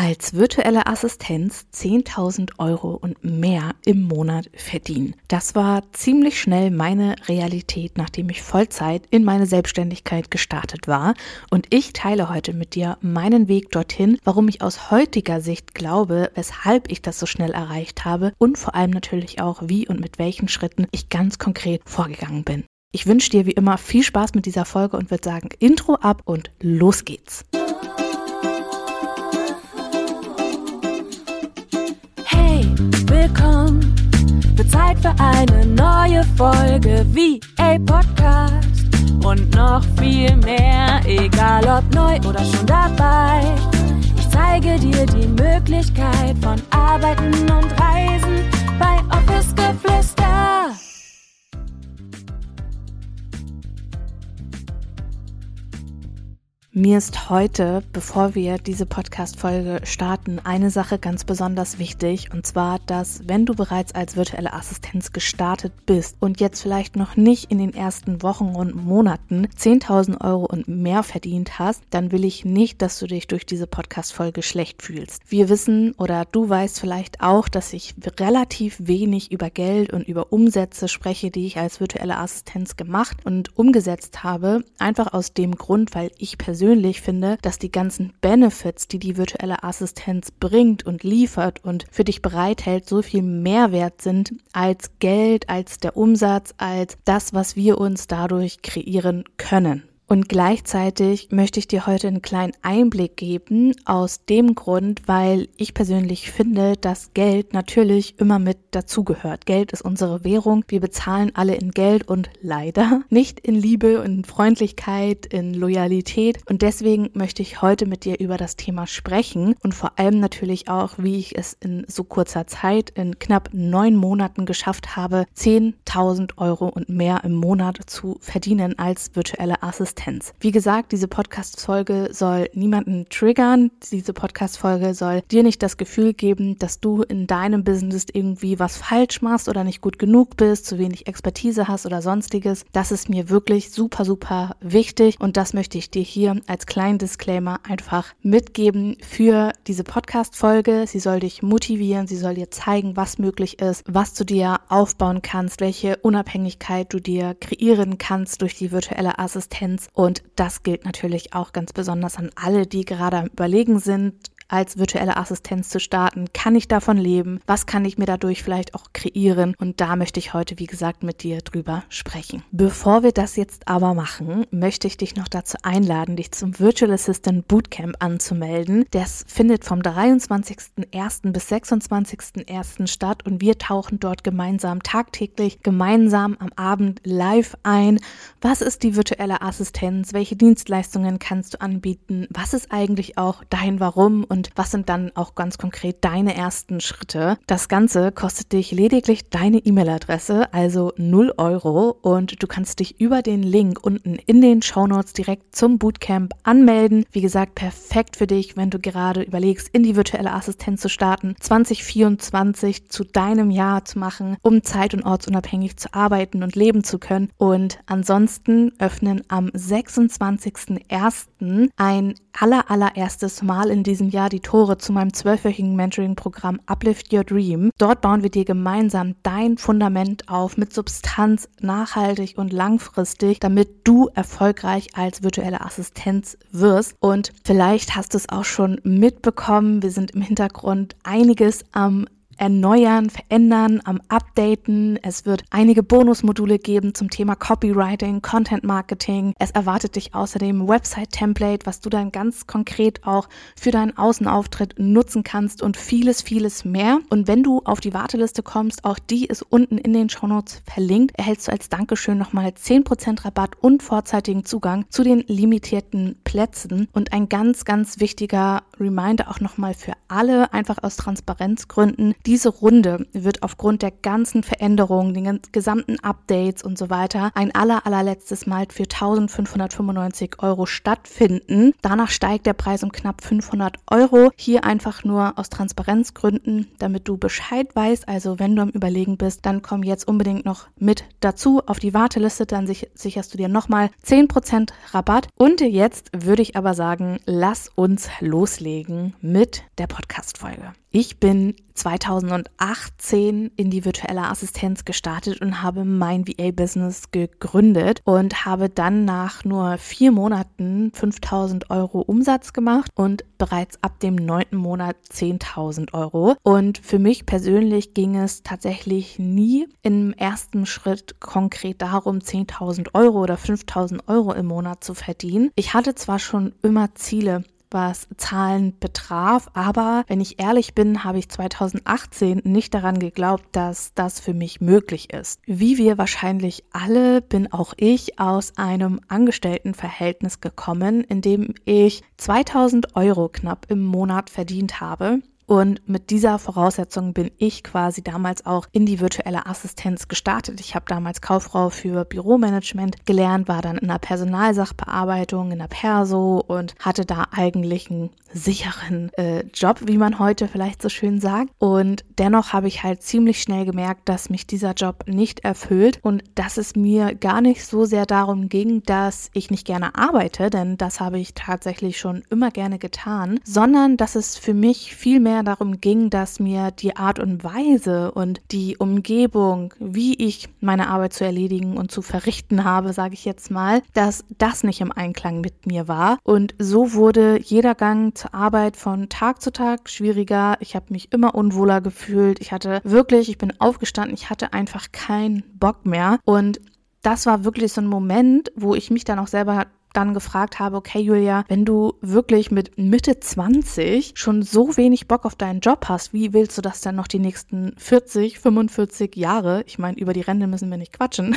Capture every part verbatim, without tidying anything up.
als virtuelle Assistenz zehntausend Euro und mehr im Monat verdienen. Das war ziemlich schnell meine Realität, nachdem ich Vollzeit in meine Selbstständigkeit gestartet war. Und ich teile heute mit dir meinen Weg dorthin, warum ich aus heutiger Sicht glaube, weshalb ich das so schnell erreicht habe und vor allem natürlich auch, wie und mit welchen Schritten ich ganz konkret vorgegangen bin. Ich wünsche dir wie immer viel Spaß mit dieser Folge und würde sagen, Intro ab und los geht's. Willkommen, wird Zeit für eine neue Folge V A Podcast und noch viel mehr, egal ob neu oder schon dabei. Ich zeige dir die Möglichkeit von Arbeiten und Reisen bei Office Geflüster. Mir ist heute, bevor wir diese Podcast-Folge starten, eine Sache ganz besonders wichtig, und zwar, dass wenn du bereits als virtuelle Assistenz gestartet bist und jetzt vielleicht noch nicht in den ersten Wochen und Monaten zehntausend Euro und mehr verdient hast, dann will ich nicht, dass du dich durch diese Podcast-Folge schlecht fühlst. Wir wissen oder du weißt vielleicht auch, dass ich relativ wenig über Geld und über Umsätze spreche, die ich als virtuelle Assistenz gemacht und umgesetzt habe, einfach aus dem Grund, weil ich persönlich persönlich finde, dass die ganzen Benefits, die die virtuelle Assistenz bringt und liefert und für dich bereithält, so viel Mehrwert sind als Geld, als der Umsatz, als das, was wir uns dadurch kreieren können. Und gleichzeitig möchte ich dir heute einen kleinen Einblick geben aus dem Grund, weil ich persönlich finde, dass Geld natürlich immer mit dazugehört. Geld ist unsere Währung. Wir bezahlen alle in Geld und leider nicht in Liebe und in Freundlichkeit, in Loyalität. Und deswegen möchte ich heute mit dir über das Thema sprechen und vor allem natürlich auch, wie ich es in so kurzer Zeit, in knapp neun Monaten geschafft habe, zehntausend Euro und mehr im Monat zu verdienen als virtuelle Assistenz. Wie gesagt, diese Podcast-Folge soll niemanden triggern. Diese Podcast-Folge soll dir nicht das Gefühl geben, dass du in deinem Business irgendwie was falsch machst oder nicht gut genug bist, zu wenig Expertise hast oder sonstiges. Das ist mir wirklich super, super wichtig und das möchte ich dir hier als kleinen Disclaimer einfach mitgeben für diese Podcast-Folge. Sie soll dich motivieren, sie soll dir zeigen, was möglich ist, was du dir aufbauen kannst, welche Unabhängigkeit du dir kreieren kannst durch die virtuelle Assistenz. Und das gilt natürlich auch ganz besonders an alle, die gerade am Überlegen sind, als virtuelle Assistenz zu starten. Kann ich davon leben? Was kann ich mir dadurch vielleicht auch kreieren? Und da möchte ich heute, wie gesagt, mit dir drüber sprechen. Bevor wir das jetzt aber machen, möchte ich dich noch dazu einladen, dich zum Virtual Assistant Bootcamp anzumelden. Das findet vom dreiundzwanzigsten ersten bis sechsundzwanzigsten ersten statt und wir tauchen dort gemeinsam tagtäglich, gemeinsam am Abend live ein. Was ist die virtuelle Assistenz? Welche Dienstleistungen kannst du anbieten? Was ist eigentlich auch dein Warum? Und was sind dann auch ganz konkret deine ersten Schritte? Das Ganze kostet dich lediglich deine E-Mail-Adresse, also null Euro, und du kannst dich über den Link unten in den Shownotes direkt zum Bootcamp anmelden. Wie gesagt, perfekt für dich, wenn du gerade überlegst, in die virtuelle Assistenz zu starten, zwanzig vierundzwanzig zu deinem Jahr zu machen, um zeit- und ortsunabhängig zu arbeiten und leben zu können. Und ansonsten öffnen am sechsundzwanzigsten ersten ein aller allererstes Mal in diesem Jahr die Tore zu meinem zwölfwöchigen Mentoring-Programm Uplift Your Dream. Dort bauen wir dir gemeinsam dein Fundament auf mit Substanz, nachhaltig und langfristig, damit du erfolgreich als virtuelle Assistenz wirst. Und vielleicht hast du es auch schon mitbekommen, wir sind im Hintergrund einiges am erneuern, verändern, am Updaten. Es wird einige Bonusmodule geben zum Thema Copywriting, Content Marketing. Es erwartet dich außerdem ein Website-Template, was du dann ganz konkret auch für deinen Außenauftritt nutzen kannst und vieles, vieles mehr. Und wenn du auf die Warteliste kommst, auch die ist unten in den Shownotes verlinkt, erhältst du als Dankeschön nochmal zehn Prozent Rabatt und vorzeitigen Zugang zu den limitierten Plätzen. Und ein ganz, ganz wichtiger Reminder auch nochmal für alle, einfach aus Transparenzgründen: Diese Runde wird aufgrund der ganzen Veränderungen, den gesamten Updates und so weiter ein aller, allerletztes Mal für eintausendfünfhundertfünfundneunzig Euro stattfinden. Danach steigt der Preis um knapp fünfhundert Euro. Hier einfach nur aus Transparenzgründen, damit du Bescheid weißt. Also wenn du am Überlegen bist, dann komm jetzt unbedingt noch mit dazu auf die Warteliste, dann sicherst du dir nochmal zehn Prozent Rabatt. Und jetzt würde ich aber sagen, lass uns loslegen mit der Podcast-Folge. Ich bin zweitausendachtzehn in die virtuelle Assistenz gestartet und habe mein V A-Business gegründet und habe dann nach nur vier Monaten fünftausend Euro Umsatz gemacht und bereits ab dem neunten Monat zehntausend Euro. Und für mich persönlich ging es tatsächlich nie im ersten Schritt konkret darum, zehntausend Euro oder fünftausend Euro im Monat zu verdienen. Ich hatte zwar schon immer Ziele, was Zahlen betraf, aber wenn ich ehrlich bin, habe ich zweitausendachtzehn nicht daran geglaubt, dass das für mich möglich ist. Wie wir wahrscheinlich alle, bin auch ich aus einem Angestelltenverhältnis gekommen, in dem ich zweitausend Euro knapp im Monat verdient habe. Und mit dieser Voraussetzung bin ich quasi damals auch in die virtuelle Assistenz gestartet. Ich habe damals Kauffrau für Büromanagement gelernt, war dann in der Personalsachbearbeitung, in der Perso und hatte da eigentlich einen sicheren äh, Job, wie man heute vielleicht so schön sagt. Und dennoch habe ich halt ziemlich schnell gemerkt, dass mich dieser Job nicht erfüllt und dass es mir gar nicht so sehr darum ging, dass ich nicht gerne arbeite, denn das habe ich tatsächlich schon immer gerne getan, sondern dass es für mich viel mehr darum ging, dass mir die Art und Weise und die Umgebung, wie ich meine Arbeit zu erledigen und zu verrichten habe, sage ich jetzt mal, dass das nicht im Einklang mit mir war. Und so wurde jeder Gang zur Arbeit von Tag zu Tag schwieriger. Ich habe mich immer unwohler gefühlt. Ich hatte wirklich, ich bin aufgestanden, ich hatte einfach keinen Bock mehr. Und das war wirklich so ein Moment, wo ich mich dann auch selber dann gefragt habe, okay Julia, wenn du wirklich mit Mitte zwanzig schon so wenig Bock auf deinen Job hast, wie willst du das dann noch die nächsten vierzig, fünfundvierzig Jahre? Ich meine, über die Rente müssen wir nicht quatschen.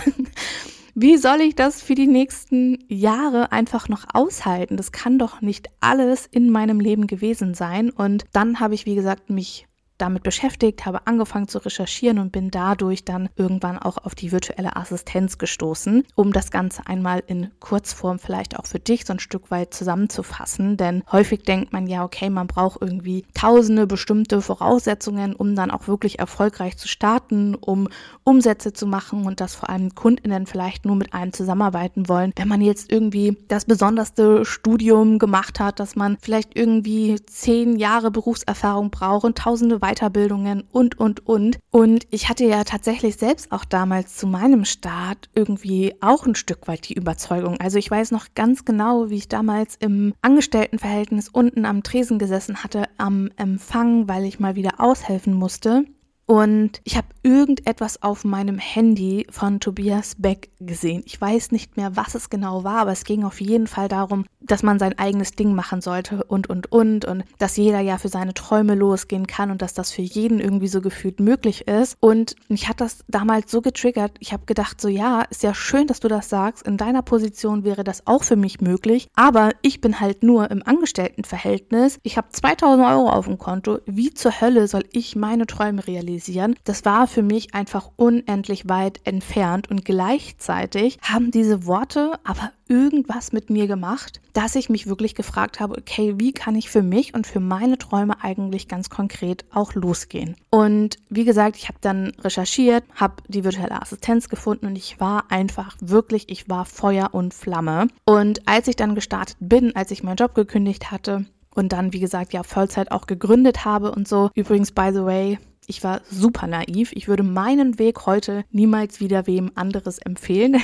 Wie soll ich das für die nächsten Jahre einfach noch aushalten? Das kann doch nicht alles in meinem Leben gewesen sein. Und dann habe ich, wie gesagt, mich damit beschäftigt, habe angefangen zu recherchieren und bin dadurch dann irgendwann auch auf die virtuelle Assistenz gestoßen, um das Ganze einmal in Kurzform vielleicht auch für dich so ein Stück weit zusammenzufassen, denn häufig denkt man ja, okay, man braucht irgendwie tausende bestimmte Voraussetzungen, um dann auch wirklich erfolgreich zu starten, um Umsätze zu machen und dass vor allem KundInnen vielleicht nur mit einem zusammenarbeiten wollen. Wenn man jetzt irgendwie das besonderste Studium gemacht hat, dass man vielleicht irgendwie zehn Jahre Berufserfahrung braucht und tausende Weiterbildungen und, und, und. Und ich hatte ja tatsächlich selbst auch damals zu meinem Start irgendwie auch ein Stück weit die Überzeugung. Also ich weiß noch ganz genau, wie ich damals im Angestelltenverhältnis unten am Tresen gesessen hatte, am Empfang, weil ich mal wieder aushelfen musste. Und ich habe irgendetwas auf meinem Handy von Tobias Beck gesehen. Ich weiß nicht mehr, was es genau war, aber es ging auf jeden Fall darum, dass man sein eigenes Ding machen sollte und, und, und. Und dass jeder ja für seine Träume losgehen kann und dass das für jeden irgendwie so gefühlt möglich ist. Und mich hat das damals so getriggert. Ich habe gedacht, so ja, ist ja schön, dass du das sagst. In deiner Position wäre das auch für mich möglich. Aber ich bin halt nur im Angestelltenverhältnis. Ich habe zweitausend Euro auf dem Konto. Wie zur Hölle soll ich meine Träume realisieren? Das war für mich einfach unendlich weit entfernt und gleichzeitig haben diese Worte aber irgendwas mit mir gemacht, dass ich mich wirklich gefragt habe, okay, wie kann ich für mich und für meine Träume eigentlich ganz konkret auch losgehen? Und wie gesagt, ich habe dann recherchiert, habe die virtuelle Assistenz gefunden und ich war einfach wirklich, ich war Feuer und Flamme. Und als ich dann gestartet bin, als ich meinen Job gekündigt hatte und dann, wie gesagt, ja Vollzeit auch gegründet habe und so, übrigens, by the way, ich war super naiv. Ich würde meinen Weg heute niemals wieder wem anderes empfehlen.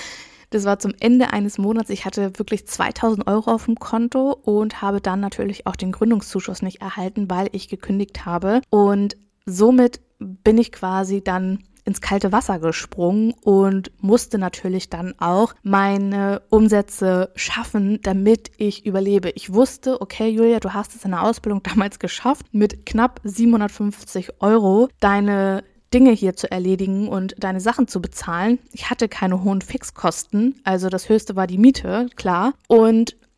Das war zum Ende eines Monats. Ich hatte wirklich zweitausend Euro auf dem Konto und habe dann natürlich auch den Gründungszuschuss nicht erhalten, weil ich gekündigt habe. Und somit bin ich quasi dann ins kalte Wasser gesprungen und musste natürlich dann auch meine Umsätze schaffen, damit ich überlebe. Ich wusste, okay, Julia, du hast es in der Ausbildung damals geschafft, mit knapp siebenhundertfünfzig Euro deine Dinge hier zu erledigen und deine Sachen zu bezahlen. Ich hatte keine hohen Fixkosten, also das höchste war die Miete, klar. Und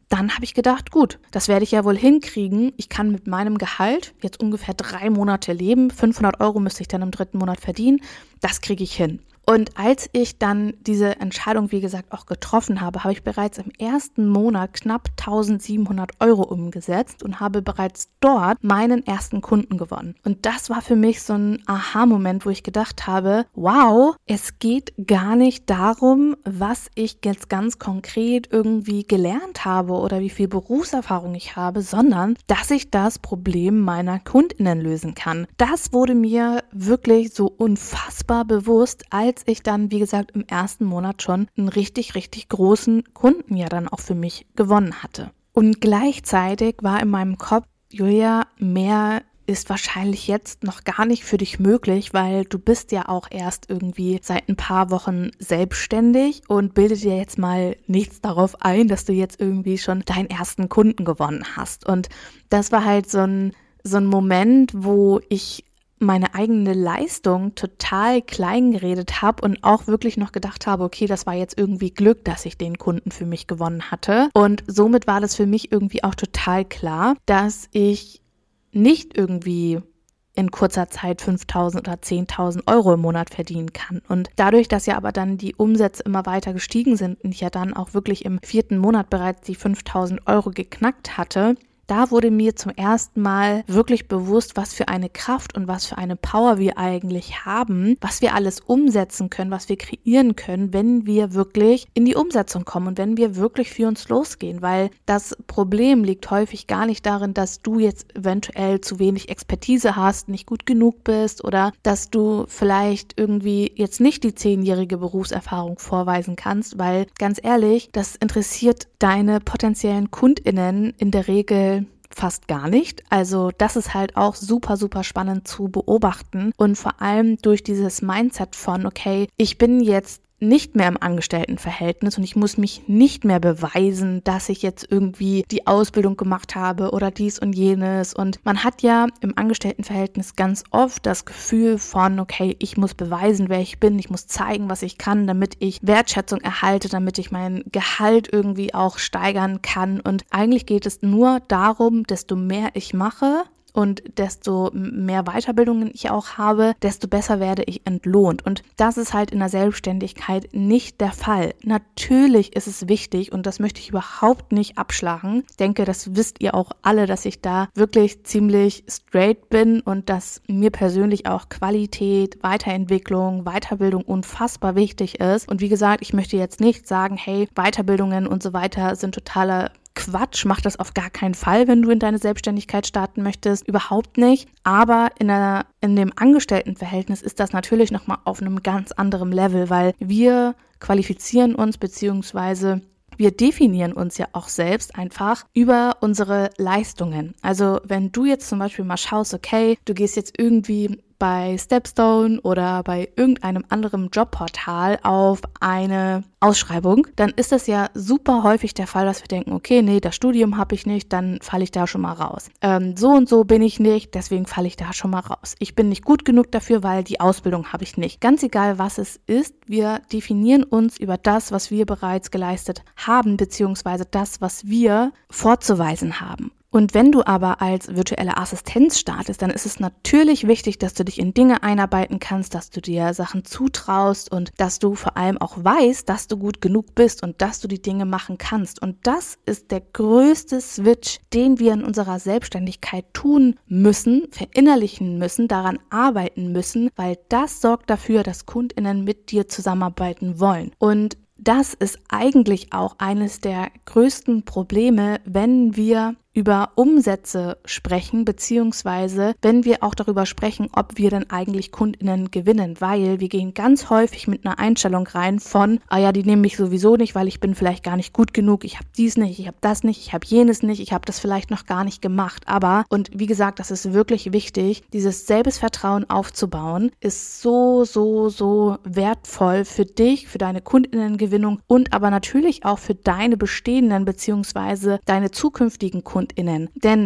dann habe ich gedacht, gut, das werde ich ja wohl hinkriegen. Ich kann mit meinem Gehalt jetzt ungefähr drei Monate leben. fünfhundert Euro müsste ich dann im dritten Monat verdienen. Das kriege ich hin. Und als ich dann diese Entscheidung, wie gesagt, auch getroffen habe, habe ich bereits im ersten Monat knapp eintausendsiebenhundert Euro umgesetzt und habe bereits dort meinen ersten Kunden gewonnen. Und das war für mich so ein Aha-Moment, wo ich gedacht habe, wow, es geht gar nicht darum, was ich jetzt ganz konkret irgendwie gelernt habe oder wie viel Berufserfahrung ich habe, sondern dass ich das Problem meiner KundInnen lösen kann. Das wurde mir wirklich so unfassbar bewusst, als ich dann, wie gesagt, im ersten Monat schon einen richtig, richtig großen Kunden ja dann auch für mich gewonnen hatte. Und gleichzeitig war in meinem Kopf, Julia, mehr ist wahrscheinlich jetzt noch gar nicht für dich möglich, weil du bist ja auch erst irgendwie seit ein paar Wochen selbstständig und bilde dir jetzt mal nichts darauf ein, dass du jetzt irgendwie schon deinen ersten Kunden gewonnen hast. Und das war halt so ein, so ein Moment, wo ich meine eigene Leistung total klein geredet habe und auch wirklich noch gedacht habe, okay, das war jetzt irgendwie Glück, dass ich den Kunden für mich gewonnen hatte. Und somit war das für mich irgendwie auch total klar, dass ich nicht irgendwie in kurzer Zeit fünftausend oder zehntausend Euro im Monat verdienen kann. Und dadurch, dass ja aber dann die Umsätze immer weiter gestiegen sind und ich ja dann auch wirklich im vierten Monat bereits die fünftausend Euro geknackt hatte, da wurde mir zum ersten Mal wirklich bewusst, was für eine Kraft und was für eine Power wir eigentlich haben, was wir alles umsetzen können, was wir kreieren können, wenn wir wirklich in die Umsetzung kommen und wenn wir wirklich für uns losgehen, weil das Problem liegt häufig gar nicht darin, dass du jetzt eventuell zu wenig Expertise hast, nicht gut genug bist oder dass du vielleicht irgendwie jetzt nicht die zehnjährige Berufserfahrung vorweisen kannst, weil ganz ehrlich, das interessiert deine potenziellen KundInnen in der Regel fast gar nicht. Also das ist halt auch super, super spannend zu beobachten und vor allem durch dieses Mindset von, okay, ich bin jetzt nicht mehr im Angestelltenverhältnis und ich muss mich nicht mehr beweisen, dass ich jetzt irgendwie die Ausbildung gemacht habe oder dies und jenes. Und man hat ja im Angestelltenverhältnis ganz oft das Gefühl von, okay, ich muss beweisen, wer ich bin, ich muss zeigen, was ich kann, damit ich Wertschätzung erhalte, damit ich mein Gehalt irgendwie auch steigern kann. Und eigentlich geht es nur darum, desto mehr ich mache, und desto mehr Weiterbildungen ich auch habe, desto besser werde ich entlohnt. Und das ist halt in der Selbstständigkeit nicht der Fall. Natürlich ist es wichtig und das möchte ich überhaupt nicht abschlagen. Ich denke, das wisst ihr auch alle, dass ich da wirklich ziemlich straight bin und dass mir persönlich auch Qualität, Weiterentwicklung, Weiterbildung unfassbar wichtig ist. Und wie gesagt, ich möchte jetzt nicht sagen, hey, Weiterbildungen und so weiter sind totaler Quatsch, mach das auf gar keinen Fall, wenn du in deine Selbstständigkeit starten möchtest, überhaupt nicht. Aber in, einer, in dem Angestelltenverhältnis ist das natürlich nochmal auf einem ganz anderen Level, weil wir qualifizieren uns beziehungsweise wir definieren uns ja auch selbst einfach über unsere Leistungen. Also wenn du jetzt zum Beispiel mal schaust, okay, du gehst jetzt irgendwie bei Stepstone oder bei irgendeinem anderen Jobportal auf eine Ausschreibung, dann ist das ja super häufig der Fall, dass wir denken, okay, nee, das Studium habe ich nicht, dann falle ich da schon mal raus. Ähm, so und so bin ich nicht, deswegen falle ich da schon mal raus. Ich bin nicht gut genug dafür, weil die Ausbildung habe ich nicht. Ganz egal, was es ist, wir definieren uns über das, was wir bereits geleistet haben, beziehungsweise das, was wir vorzuweisen haben. Und wenn du aber als virtuelle Assistenz startest, dann ist es natürlich wichtig, dass du dich in Dinge einarbeiten kannst, dass du dir Sachen zutraust und dass du vor allem auch weißt, dass du gut genug bist und dass du die Dinge machen kannst. Und das ist der größte Switch, den wir in unserer Selbstständigkeit tun müssen, verinnerlichen müssen, daran arbeiten müssen, weil das sorgt dafür, dass KundInnen mit dir zusammenarbeiten wollen. Und das ist eigentlich auch eines der größten Probleme, wenn wir über Umsätze sprechen, beziehungsweise wenn wir auch darüber sprechen, ob wir denn eigentlich KundInnen gewinnen, weil wir gehen ganz häufig mit einer Einstellung rein von, ah ja, die nehmen mich sowieso nicht, weil ich bin vielleicht gar nicht gut genug, ich habe dies nicht, ich habe das nicht, ich habe jenes nicht, ich habe das vielleicht noch gar nicht gemacht, aber, und wie gesagt, das ist wirklich wichtig, dieses Selbstvertrauen aufzubauen, ist so, so, so wertvoll für dich, für deine KundInnengewinnung und aber natürlich auch für deine bestehenden, beziehungsweise deine zukünftigen KundInnen. Denn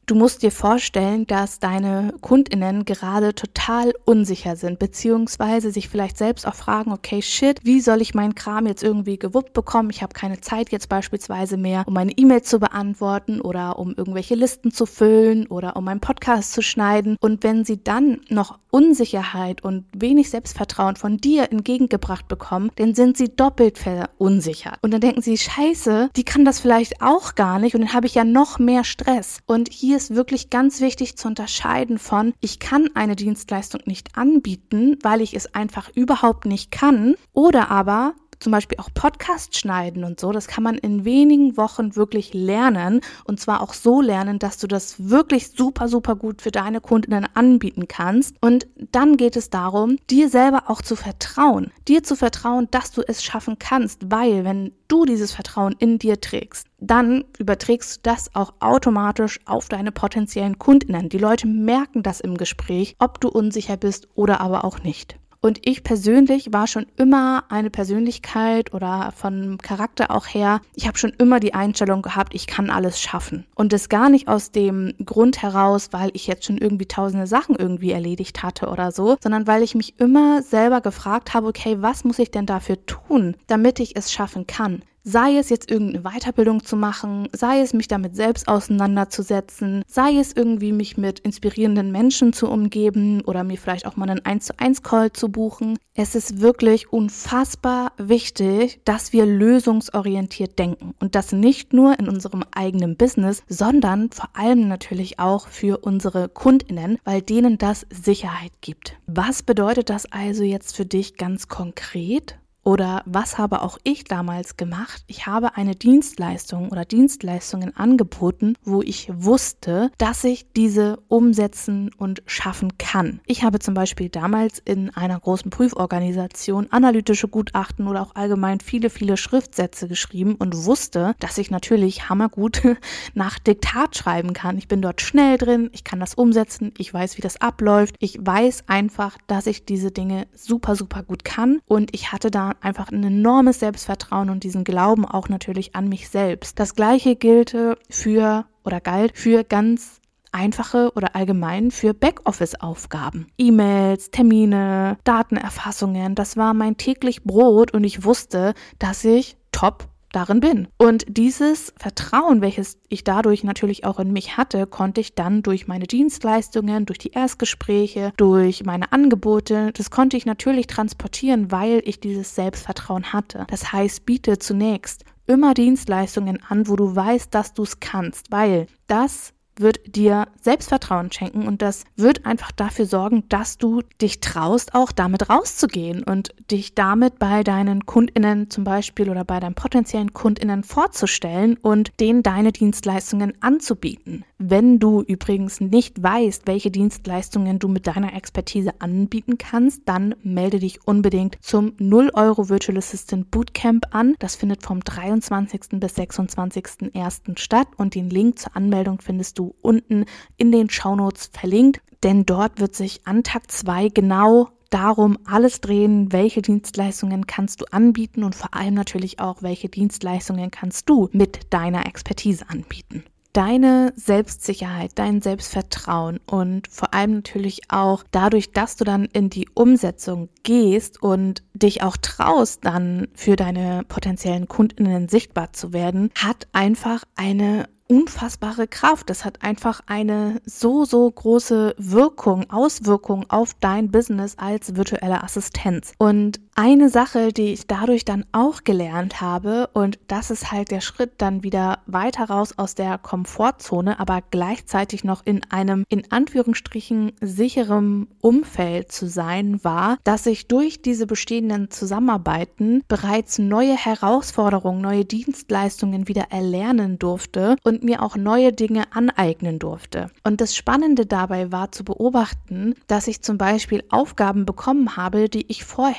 Du musst dir vorstellen, dass deine KundInnen gerade total unsicher sind, beziehungsweise sich vielleicht selbst auch fragen, okay, shit, wie soll ich meinen Kram jetzt irgendwie gewuppt bekommen? Ich habe keine Zeit jetzt beispielsweise mehr, um meine E-Mail zu beantworten oder um irgendwelche Listen zu füllen oder um meinen Podcast zu schneiden. Und wenn sie dann noch Unsicherheit und wenig Selbstvertrauen von dir entgegengebracht bekommen, dann sind sie doppelt verunsichert. Und dann denken sie, scheiße, die kann das vielleicht auch gar nicht und dann habe ich ja noch mehr Stress. Und hier ist wirklich ganz wichtig zu unterscheiden von, ich kann eine Dienstleistung nicht anbieten, weil ich es einfach überhaupt nicht kann, oder aber zum Beispiel auch Podcast schneiden und so, das kann man in wenigen Wochen wirklich lernen und zwar auch so lernen, dass du das wirklich super, super gut für deine Kundinnen anbieten kannst. Und dann geht es darum, dir selber auch zu vertrauen, dir zu vertrauen, dass du es schaffen kannst, weil wenn du dieses Vertrauen in dir trägst, dann überträgst du das auch automatisch auf deine potenziellen Kundinnen. Die Leute merken das im Gespräch, ob du unsicher bist oder aber auch nicht. Und ich persönlich war schon immer eine Persönlichkeit oder von Charakter auch her, ich habe schon immer die Einstellung gehabt, ich kann alles schaffen. Und das gar nicht aus dem Grund heraus, weil ich jetzt schon irgendwie tausende Sachen irgendwie erledigt hatte oder so, sondern weil ich mich immer selber gefragt habe, okay, was muss ich denn dafür tun, damit ich es schaffen kann? Sei es jetzt irgendeine Weiterbildung zu machen, sei es mich damit selbst auseinanderzusetzen, sei es irgendwie mich mit inspirierenden Menschen zu umgeben oder mir vielleicht auch mal einen eins zu eins Call zu buchen. Es ist wirklich unfassbar wichtig, dass wir lösungsorientiert denken und das nicht nur in unserem eigenen Business, sondern vor allem natürlich auch für unsere KundInnen, weil denen das Sicherheit gibt. Was bedeutet das also jetzt für dich ganz konkret? Oder was habe auch ich damals gemacht? Ich habe eine Dienstleistung oder Dienstleistungen angeboten, wo ich wusste, dass ich diese umsetzen und schaffen kann. Ich habe zum Beispiel damals in einer großen Prüforganisation analytische Gutachten oder auch allgemein viele, viele Schriftsätze geschrieben und wusste, dass ich natürlich hammergut nach Diktat schreiben kann. Ich bin dort schnell drin, ich kann das umsetzen, ich weiß, wie das abläuft. Ich weiß einfach, dass ich diese Dinge super, super gut kann und ich hatte da einfach ein enormes Selbstvertrauen und diesen Glauben auch natürlich an mich selbst. Das Gleiche gilt für oder galt für ganz einfache oder allgemein für Backoffice-Aufgaben. E-Mails, Termine, Datenerfassungen, das war mein täglich Brot und ich wusste, dass ich top darin bin. Und dieses Vertrauen, welches ich dadurch natürlich auch in mich hatte, konnte ich dann durch meine Dienstleistungen, durch die Erstgespräche, durch meine Angebote, das konnte ich natürlich transportieren, weil ich dieses Selbstvertrauen hatte. Das heißt, biete zunächst immer Dienstleistungen an, wo du weißt, dass du es kannst, weil das wird dir Selbstvertrauen schenken und das wird einfach dafür sorgen, dass du dich traust, auch damit rauszugehen und dich damit bei deinen KundInnen zum Beispiel oder bei deinen potenziellen KundInnen vorzustellen und denen deine Dienstleistungen anzubieten. Wenn du übrigens nicht weißt, welche Dienstleistungen du mit deiner Expertise anbieten kannst, dann melde dich unbedingt zum null Euro Virtual Assistant Bootcamp an. Das findet vom dreiundzwanzigsten bis sechsundzwanzigsten ersten statt und den Link zur Anmeldung findest du unten in den Shownotes verlinkt, denn dort wird sich an Tag zwei genau darum alles drehen, welche Dienstleistungen kannst du anbieten und vor allem natürlich auch, welche Dienstleistungen kannst du mit deiner Expertise anbieten. Deine Selbstsicherheit, dein Selbstvertrauen und vor allem natürlich auch dadurch, dass du dann in die Umsetzung gehst und dich auch traust, dann für deine potenziellen KundInnen sichtbar zu werden, hat einfach eine unfassbare Kraft. Das hat einfach eine so, so große Wirkung, Auswirkung auf dein Business als virtuelle Assistenz. Und eine Sache, die ich dadurch dann auch gelernt habe, und das ist halt der Schritt dann wieder weiter raus aus der Komfortzone, aber gleichzeitig noch in einem, in Anführungsstrichen, sicherem Umfeld zu sein, war, dass ich durch diese bestehenden Zusammenarbeiten bereits neue Herausforderungen, neue Dienstleistungen wieder erlernen durfte und mir auch neue Dinge aneignen durfte. Und das Spannende dabei war zu beobachten, dass ich zum Beispiel Aufgaben bekommen habe, die ich vorher noch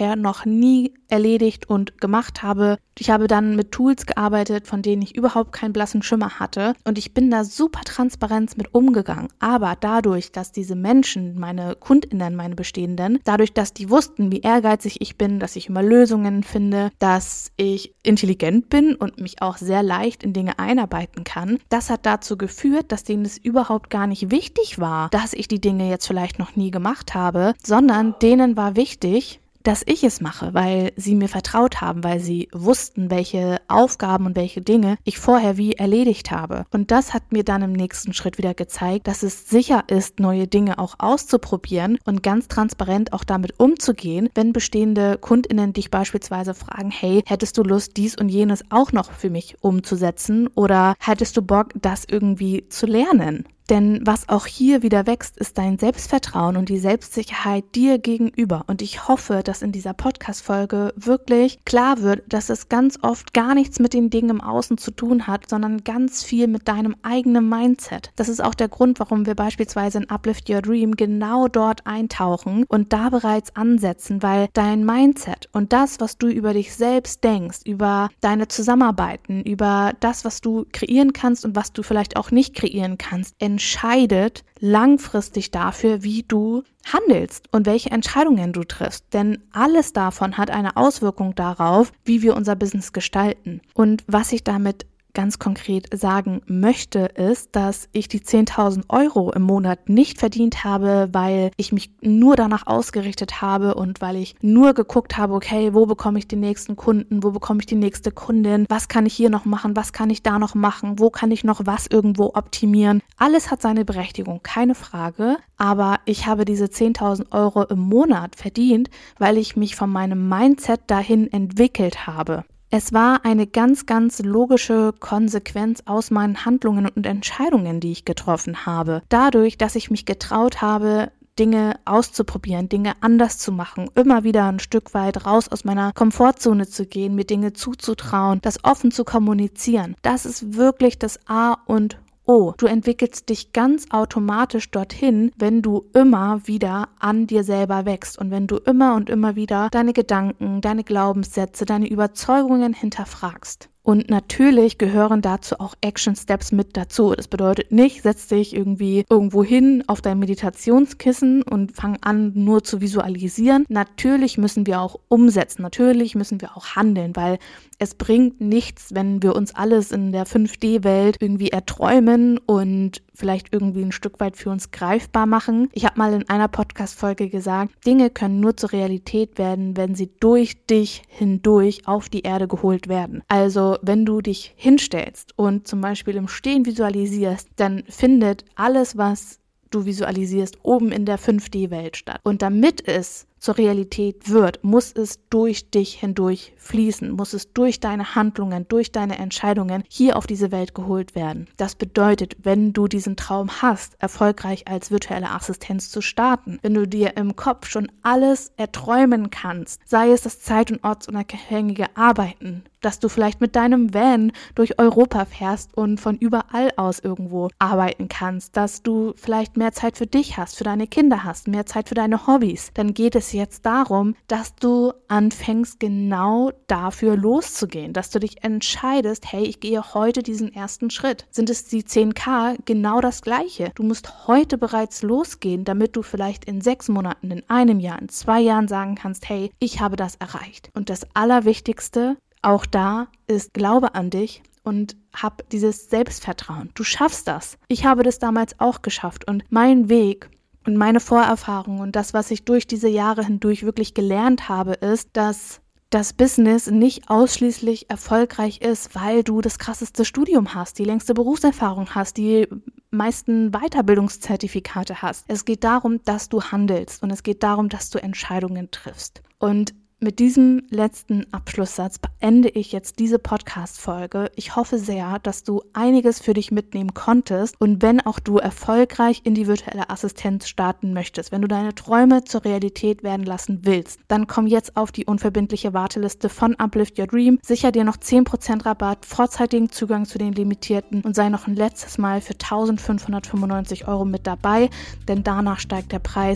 nie erledigt und gemacht habe. Ich habe dann mit Tools gearbeitet, von denen ich überhaupt keinen blassen Schimmer hatte. Und ich bin da super transparent mit umgegangen. Aber dadurch, dass diese Menschen, meine KundInnen, meine Bestehenden, dadurch, dass die wussten, wie ehrgeizig ich bin, dass ich immer Lösungen finde, dass ich intelligent bin und mich auch sehr leicht in Dinge einarbeiten kann, das hat dazu geführt, dass denen es überhaupt gar nicht wichtig war, dass ich die Dinge jetzt vielleicht noch nie gemacht habe, sondern denen war wichtig, dass ich es mache, weil sie mir vertraut haben, weil sie wussten, welche Aufgaben und welche Dinge ich vorher wie erledigt habe. Und das hat mir dann im nächsten Schritt wieder gezeigt, dass es sicher ist, neue Dinge auch auszuprobieren und ganz transparent auch damit umzugehen, wenn bestehende KundInnen dich beispielsweise fragen, hey, hättest du Lust, dies und jenes auch noch für mich umzusetzen oder hättest du Bock, das irgendwie zu lernen? Denn was auch hier wieder wächst, ist dein Selbstvertrauen und die Selbstsicherheit dir gegenüber. Und ich hoffe, dass in dieser Podcast-Folge wirklich klar wird, dass es ganz oft gar nichts mit den Dingen im Außen zu tun hat, sondern ganz viel mit deinem eigenen Mindset. Das ist auch der Grund, warum wir beispielsweise in Uplift Your Dream genau dort eintauchen und da bereits ansetzen, weil dein Mindset und das, was du über dich selbst denkst, über deine Zusammenarbeiten, über das, was du kreieren kannst und was du vielleicht auch nicht kreieren kannst, entscheidet langfristig dafür, wie du handelst und welche Entscheidungen du triffst. Denn alles davon hat eine Auswirkung darauf, wie wir unser Business gestalten. Und was ich damit ganz konkret sagen möchte, ist, dass ich die zehntausend Euro im Monat nicht verdient habe, weil ich mich nur danach ausgerichtet habe und weil ich nur geguckt habe, okay, wo bekomme ich den nächsten Kunden, wo bekomme ich die nächste Kundin, was kann ich hier noch machen, was kann ich da noch machen, wo kann ich noch was irgendwo optimieren. Alles hat seine Berechtigung, keine Frage, aber ich habe diese zehntausend Euro im Monat verdient, weil ich mich von meinem Mindset dahin entwickelt habe. Es war eine ganz, ganz logische Konsequenz aus meinen Handlungen und Entscheidungen, die ich getroffen habe. Dadurch, dass ich mich getraut habe, Dinge auszuprobieren, Dinge anders zu machen, immer wieder ein Stück weit raus aus meiner Komfortzone zu gehen, mir Dinge zuzutrauen, das offen zu kommunizieren. Das ist wirklich das A und O. Oh, du entwickelst dich ganz automatisch dorthin, wenn du immer wieder an dir selber wächst und wenn du immer und immer wieder deine Gedanken, deine Glaubenssätze, deine Überzeugungen hinterfragst. Und natürlich gehören dazu auch Action Steps mit dazu. Das bedeutet nicht, setz dich irgendwie irgendwo hin auf dein Meditationskissen und fang an, nur zu visualisieren. Natürlich müssen wir auch umsetzen. Natürlich müssen wir auch handeln, weil es bringt nichts, wenn wir uns alles in der fünf D Welt irgendwie erträumen und vielleicht irgendwie ein Stück weit für uns greifbar machen. Ich habe mal in einer Podcast-Folge gesagt, Dinge können nur zur Realität werden, wenn sie durch dich hindurch auf die Erde geholt werden. Also wenn du dich hinstellst und zum Beispiel im Stehen visualisierst, dann findet alles, was du visualisierst, oben in der fünf D Welt statt. Und damit es zur Realität wird, muss es durch dich hindurch fließen, muss es durch deine Handlungen, durch deine Entscheidungen hier auf diese Welt geholt werden. Das bedeutet, wenn du diesen Traum hast, erfolgreich als virtuelle Assistenz zu starten, wenn du dir im Kopf schon alles erträumen kannst, sei es das zeit- und ortsunabhängige Arbeiten, dass du vielleicht mit deinem Van durch Europa fährst und von überall aus irgendwo arbeiten kannst, dass du vielleicht mehr Zeit für dich hast, für deine Kinder hast, mehr Zeit für deine Hobbys, dann geht es jetzt darum, dass du anfängst, genau dafür loszugehen, dass du dich entscheidest, hey, ich gehe heute diesen ersten Schritt. Sind es die zehn K? Genau das Gleiche. Du musst heute bereits losgehen, damit du vielleicht in sechs Monaten, in einem Jahr, in zwei Jahren sagen kannst, hey, ich habe das erreicht. Und das Allerwichtigste, auch da, ist Glaube an dich und hab dieses Selbstvertrauen. Du schaffst das. Ich habe das damals auch geschafft und mein Weg und meine Vorerfahrung und das, was ich durch diese Jahre hindurch wirklich gelernt habe, ist, dass das Business nicht ausschließlich erfolgreich ist, weil du das krasseste Studium hast, die längste Berufserfahrung hast, die meisten Weiterbildungszertifikate hast. Es geht darum, dass du handelst und es geht darum, dass du Entscheidungen triffst. Und mit diesem letzten Abschlusssatz beende ich jetzt diese Podcast-Folge. Ich hoffe sehr, dass du einiges für dich mitnehmen konntest und wenn auch du erfolgreich in die virtuelle Assistenz starten möchtest, wenn du deine Träume zur Realität werden lassen willst, dann komm jetzt auf die unverbindliche Warteliste von Uplift Your Dream. Sicher dir noch zehn Prozent Rabatt, vorzeitigen Zugang zu den Limitierten und sei noch ein letztes Mal für eintausendfünfhundertfünfundneunzig Euro mit dabei, denn danach steigt der Preis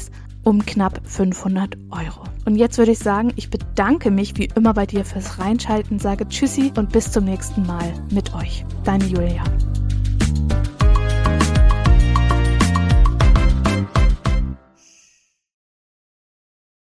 um knapp fünfhundert Euro. Und jetzt würde ich sagen, ich bedanke mich wie immer bei dir fürs Reinschalten, sage Tschüssi und bis zum nächsten Mal mit euch. Deine Julia.